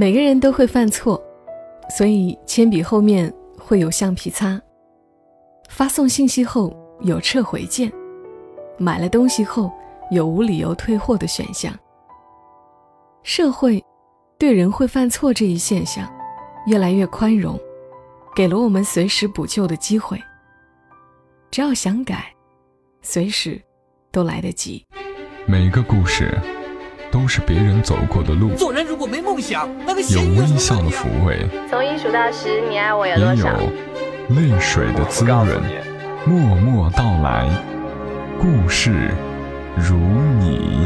每个人都会犯错，所以铅笔后面会有橡皮擦，发送信息后有撤回键，买了东西后有无理由退货的选项。社会对人会犯错这一现象越来越宽容，给了我们随时补救的机会。只要想改，随时都来得及。 每个故事都是别人走过的路， 做人如果没梦想，那个有微笑的抚慰， 从1数到10，你爱我有多少？ 也有泪水的滋润。默默到来，故事如你。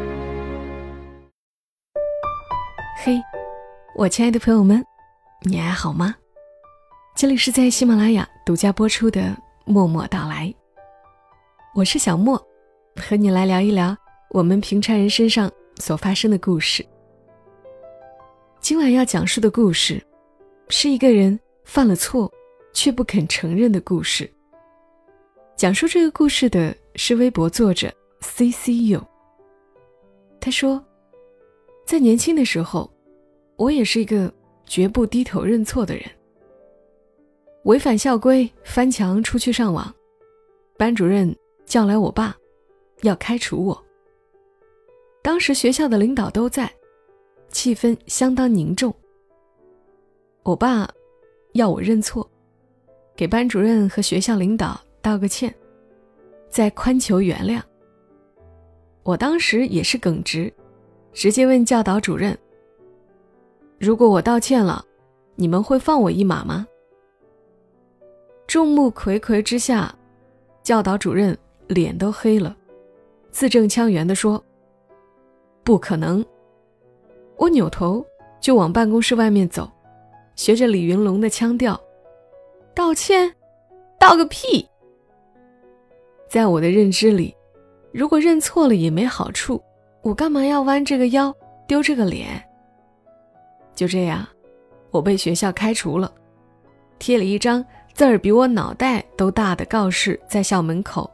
嘿，我亲爱的朋友们，你还好吗？这里是在喜马拉雅独家播出的默默到来，我是小莫，和你来聊一聊我们平常人身上所发生的故事。今晚要讲述的故事是一个人犯了错却不肯承认的故事。讲述这个故事的是微博作者 CCU。 他说，在年轻的时候，我也是一个绝不低头认错的人，违反校规翻墙出去上网，班主任叫来我爸要开除我。当时学校的领导都在，气氛相当凝重。我爸要我认错，给班主任和学校领导道个歉，再宽求原谅。我当时也是耿直，直接问教导主任，如果我道歉了，你们会放我一马吗？众目睽睽之下，教导主任脸都黑了，字正腔圆地说，不可能。我扭头就往办公室外面走，学着李云龙的腔调，道歉？道个屁！在我的认知里，如果认错了也没好处，我干嘛要弯这个腰，丢这个脸？就这样，我被学校开除了，贴了一张字儿比我脑袋都大的告示在校门口。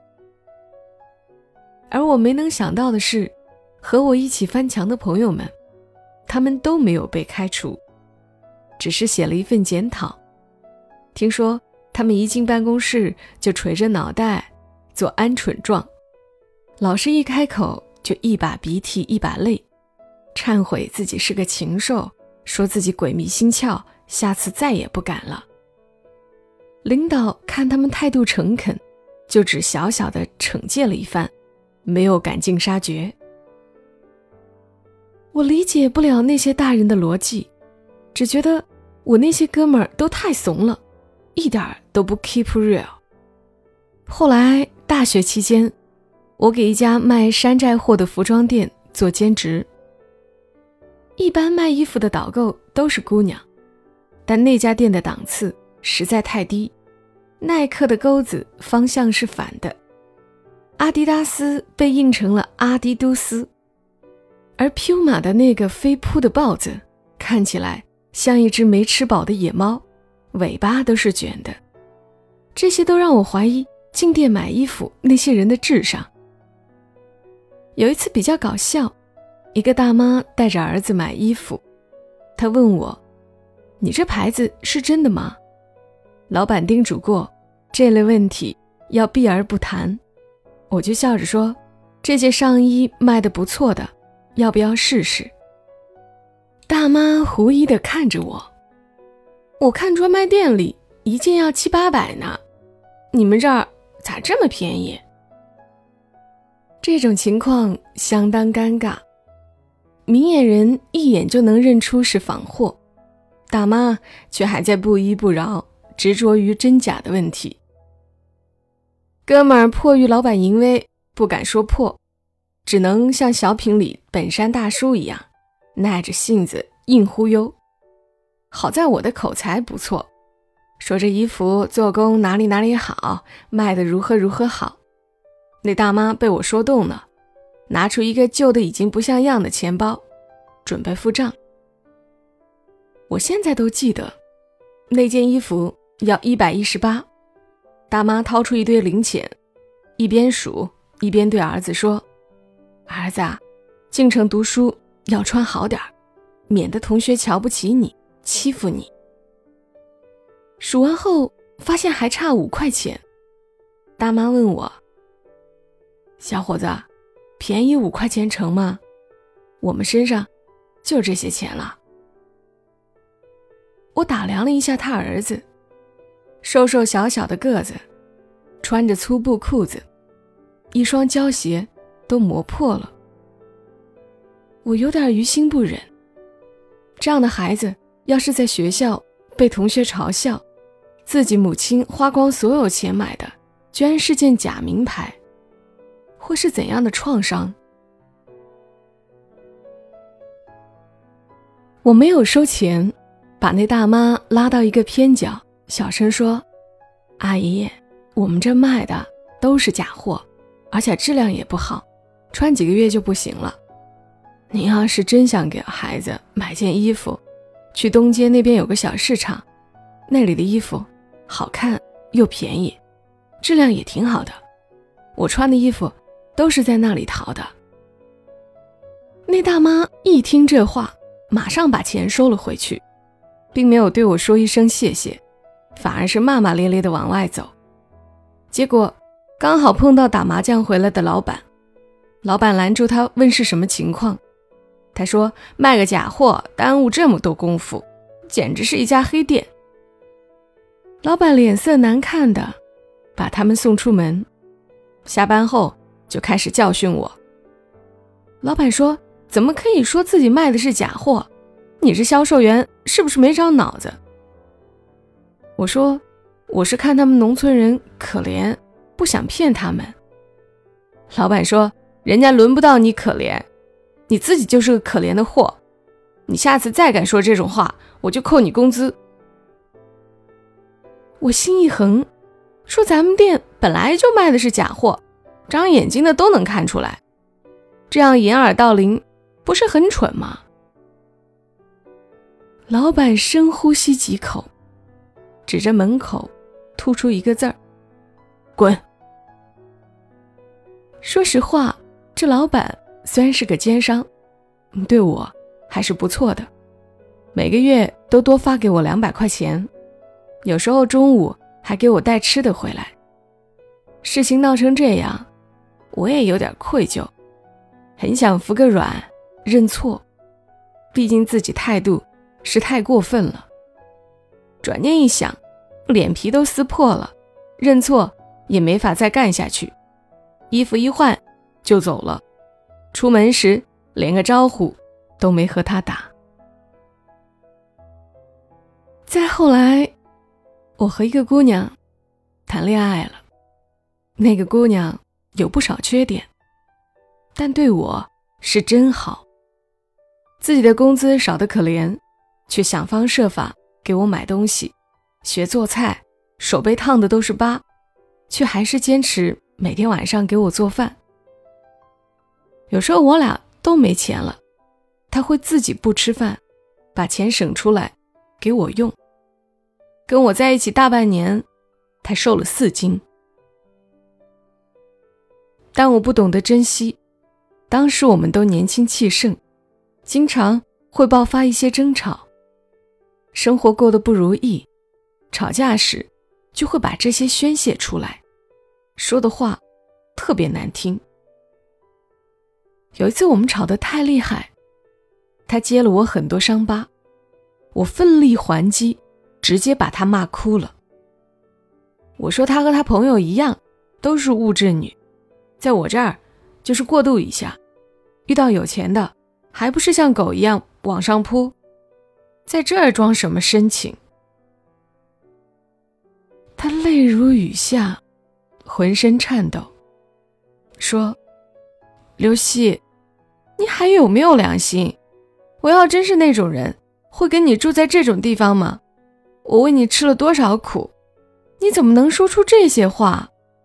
而我没能想到的是，和我一起翻墙的朋友们，他们都没有被开除，只是写了一份检讨。听说他们一进办公室就垂着脑袋做鹌鹑状，老师一开口就一把鼻涕一把泪，忏悔自己是个禽兽，说自己鬼迷心窍，下次再也不敢了。领导看他们态度诚恳，就只小小的惩戒了一番，没有赶尽杀绝。我理解不了那些大人的逻辑，只觉得我那些哥们儿都太怂了，一点都不 keep real。 后来大学期间，我给一家卖山寨货的服装店做兼职。一般卖衣服的导购都是姑娘，但那家店的档次实在太低，耐克的钩子方向是反的，阿迪达斯被印成了阿迪都斯，而 Puma 的那个飞扑的豹子看起来像一只没吃饱的野猫，尾巴都是卷的。这些都让我怀疑进店买衣服那些人的智商。有一次比较搞笑，一个大妈带着儿子买衣服，她问我，你这牌子是真的吗？老板叮嘱过，这类问题要避而不谈。我就笑着说，这件上衣卖得不错的，要不要试试？大妈狐疑地看着我，我看专卖店里一件要700-800呢，你们这儿咋这么便宜？这种情况相当尴尬，明眼人一眼就能认出是仿货，大妈却还在不依不饶，执着于真假的问题。哥们儿迫于老板淫威，不敢说破，只能像小品里本山大叔一样，耐着性子硬忽悠。好在我的口才不错，说这衣服做工哪里哪里好，卖得如何如何好。那大妈被我说动了，拿出一个旧的已经不像样的钱包，准备付账。我现在都记得，那件衣服要118，大妈掏出一堆零钱，一边数一边对儿子说，儿子啊，进城读书要穿好点， 免得同学瞧不起你，欺负你。数完后发现还差5块钱，大妈问我，小伙子，便宜5块钱成吗？我们身上就这些钱了。我打量了一下他儿子，瘦瘦小小的个子，穿着粗布裤子，一双胶鞋都磨破了。我有点于心不忍，这样的孩子要是在学校被同学嘲笑，自己母亲花光所有钱买的居然是件假名牌，会是怎样的创伤？我没有收钱，把那大妈拉到一个偏角，小声说，阿姨，我们这卖的都是假货，而且质量也不好，穿几个月就不行了。您要是真想给孩子买件衣服，去东街那边有个小市场，那里的衣服好看又便宜，质量也挺好的，我穿的衣服都是在那里淘的。那大妈一听这话，马上把钱收了回去，并没有对我说一声谢谢，反而是骂骂咧咧地往外走。结果刚好碰到打麻将回来的老板，老板拦住他问是什么情况，他说卖个假货耽误这么多功夫，简直是一家黑店。老板脸色难看的把他们送出门，下班后就开始教训我。老板说，怎么可以说自己卖的是假货？你是销售员，是不是没长脑子？我说，我是看他们农村人可怜，不想骗他们。老板说，人家轮不到你可怜，你自己就是个可怜的货，你下次再敢说这种话，我就扣你工资。我心一横，说咱们店本来就卖的是假货，长眼睛的都能看出来，这样掩耳盗铃不是很蠢吗？老板深呼吸几口，指着门口吐出一个字儿，滚。说实话，这老板虽然是个奸商，对我还是不错的，每个月都多发给我200块钱，有时候中午还给我带吃的回来。事情闹成这样，我也有点愧疚，很想服个软认错，毕竟自己态度是太过分了。转念一想，脸皮都撕破了，认错也没法再干下去，衣服一换就走了，出门时连个招呼都没和他打。再后来，我和一个姑娘谈恋爱了，那个姑娘有不少缺点，但对我是真好，自己的工资少得可怜，却想方设法给我买东西，学做菜，手被烫的都是疤，却还是坚持每天晚上给我做饭。有时候我俩都没钱了，她会自己不吃饭，把钱省出来给我用。跟我在一起大半年，她瘦了4斤。但我不懂得珍惜，当时我们都年轻气盛，经常会爆发一些争吵，生活过得不如意，吵架时就会把这些宣泄出来，说的话特别难听。有一次我们吵得太厉害，他揭了我很多伤疤，我奋力还击，直接把他骂哭了。我说他和他朋友一样，都是物质女，在我这儿就是过渡一下，遇到有钱的还不是像狗一样往上扑，在这儿装什么深情。他泪如雨下，浑身颤抖，说，刘希，你还有没有良心？我要真是那种人，会跟你住在这种地方吗？我为你吃了多少苦，你怎么能说出这些话？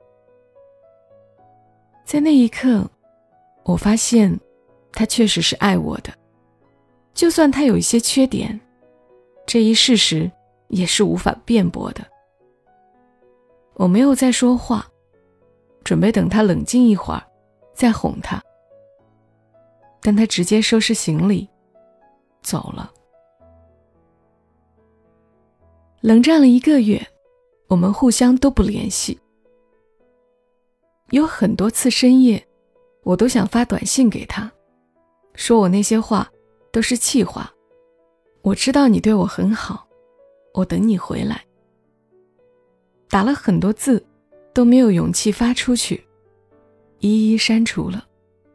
在那一刻，我发现他确实是爱我的，就算他有一些缺点，这一事实也是无法辩驳的。我没有再说话，准备等他冷静一会儿再哄他，但他直接收拾行李走了。冷战了1个月，我们互相都不联系。有很多次深夜，我都想发短信给他，说我那些话都是气话，我知道你对我很好，我等你回来。打了很多字，都没有勇气发出去，一一删除了。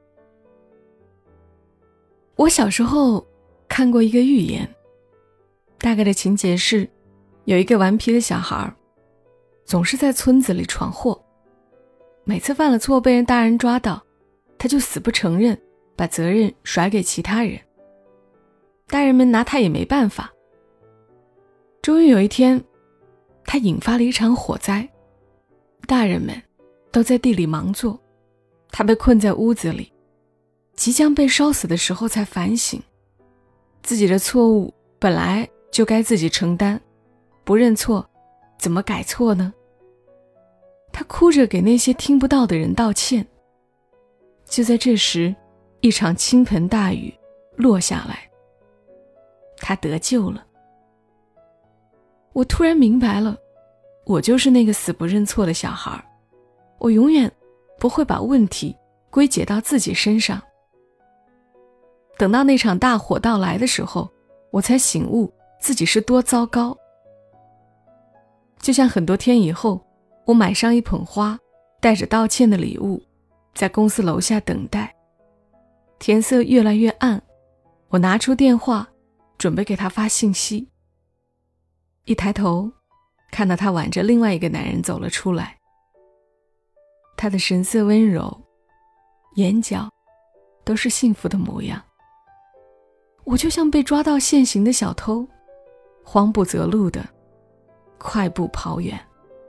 我小时候看过一个寓言，大概的情节是，有一个顽皮的小孩，总是在村子里闯祸，每次犯了错被大人抓到，他就死不承认，把责任甩给其他人。大人们拿他也没办法。终于有一天，他引发了一场火灾，大人们都在地里忙做，他被困在屋子里，即将被烧死的时候才反省，自己的错误本来就该自己承担，不认错怎么改错呢？他哭着给那些听不到的人道歉。就在这时，一场倾盆大雨落下来，他得救了。我突然明白了，我就是那个死不认错的小孩，我永远不会把问题归结到自己身上。等到那场大火到来的时候，我才醒悟自己是多糟糕。就像很多天以后，我买上一捧花，带着道歉的礼物，在公司楼下等待。天色越来越暗，我拿出电话，准备给他发信息。一抬头，看到他挽着另外一个男人走了出来。他的神色温柔，眼角都是幸福的模样。我就像被抓到现行的小偷，慌不择路的快步跑远。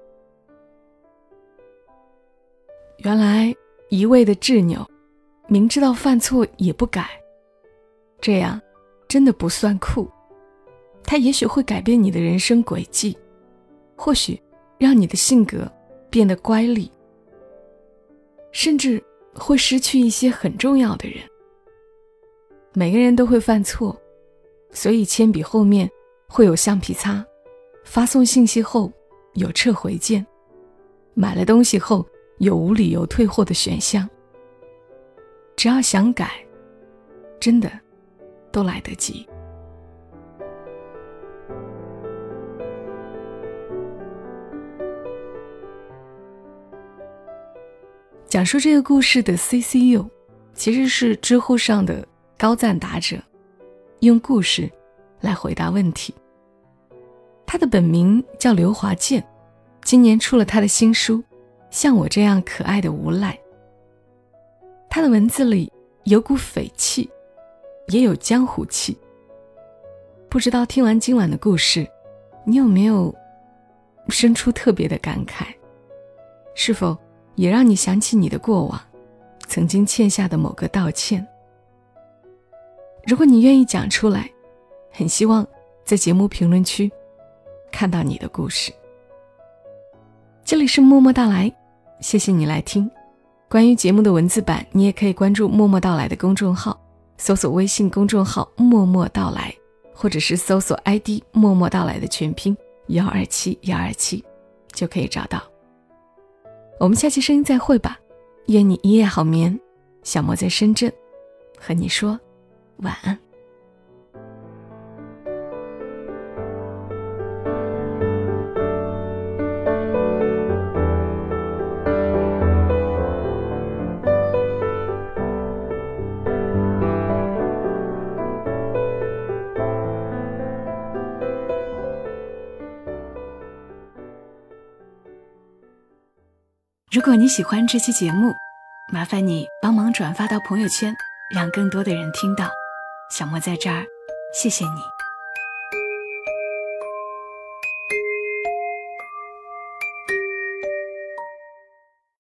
原来一味的执拗，明知道犯错也不改，这样真的不算酷。它也许会改变你的人生轨迹，或许让你的性格变得乖戾，甚至会失去一些很重要的人。每个人都会犯错，所以铅笔后面会有橡皮擦，发送信息后有撤回键，买了东西后有无理由退货的选项。只要想改，真的都来得及。讲述这个故事的 CCU 其实是知乎上的高赞答者，用故事来回答问题。他的本名叫刘华健，今年出了他的新书《像我这样可爱的无赖》。他的文字里有股匪气，也有江湖气。不知道听完今晚的故事，你有没有生出特别的感慨？是否也让你想起你的过往，曾经欠下的某个道歉？如果你愿意讲出来，很希望在节目评论区看到你的故事。这里是默默到来，谢谢你来听。关于节目的文字版，你也可以关注默默到来的公众号，搜索微信公众号默默到来，或者是搜索 ID 默默到来的全拼127127就可以找到。我们下期声音再会吧，愿你一夜好眠。小莫在深圳和你说晚安。如果你喜欢这期节目，麻烦你帮忙转发到朋友圈，让更多的人听到。小莫在这儿，谢谢你。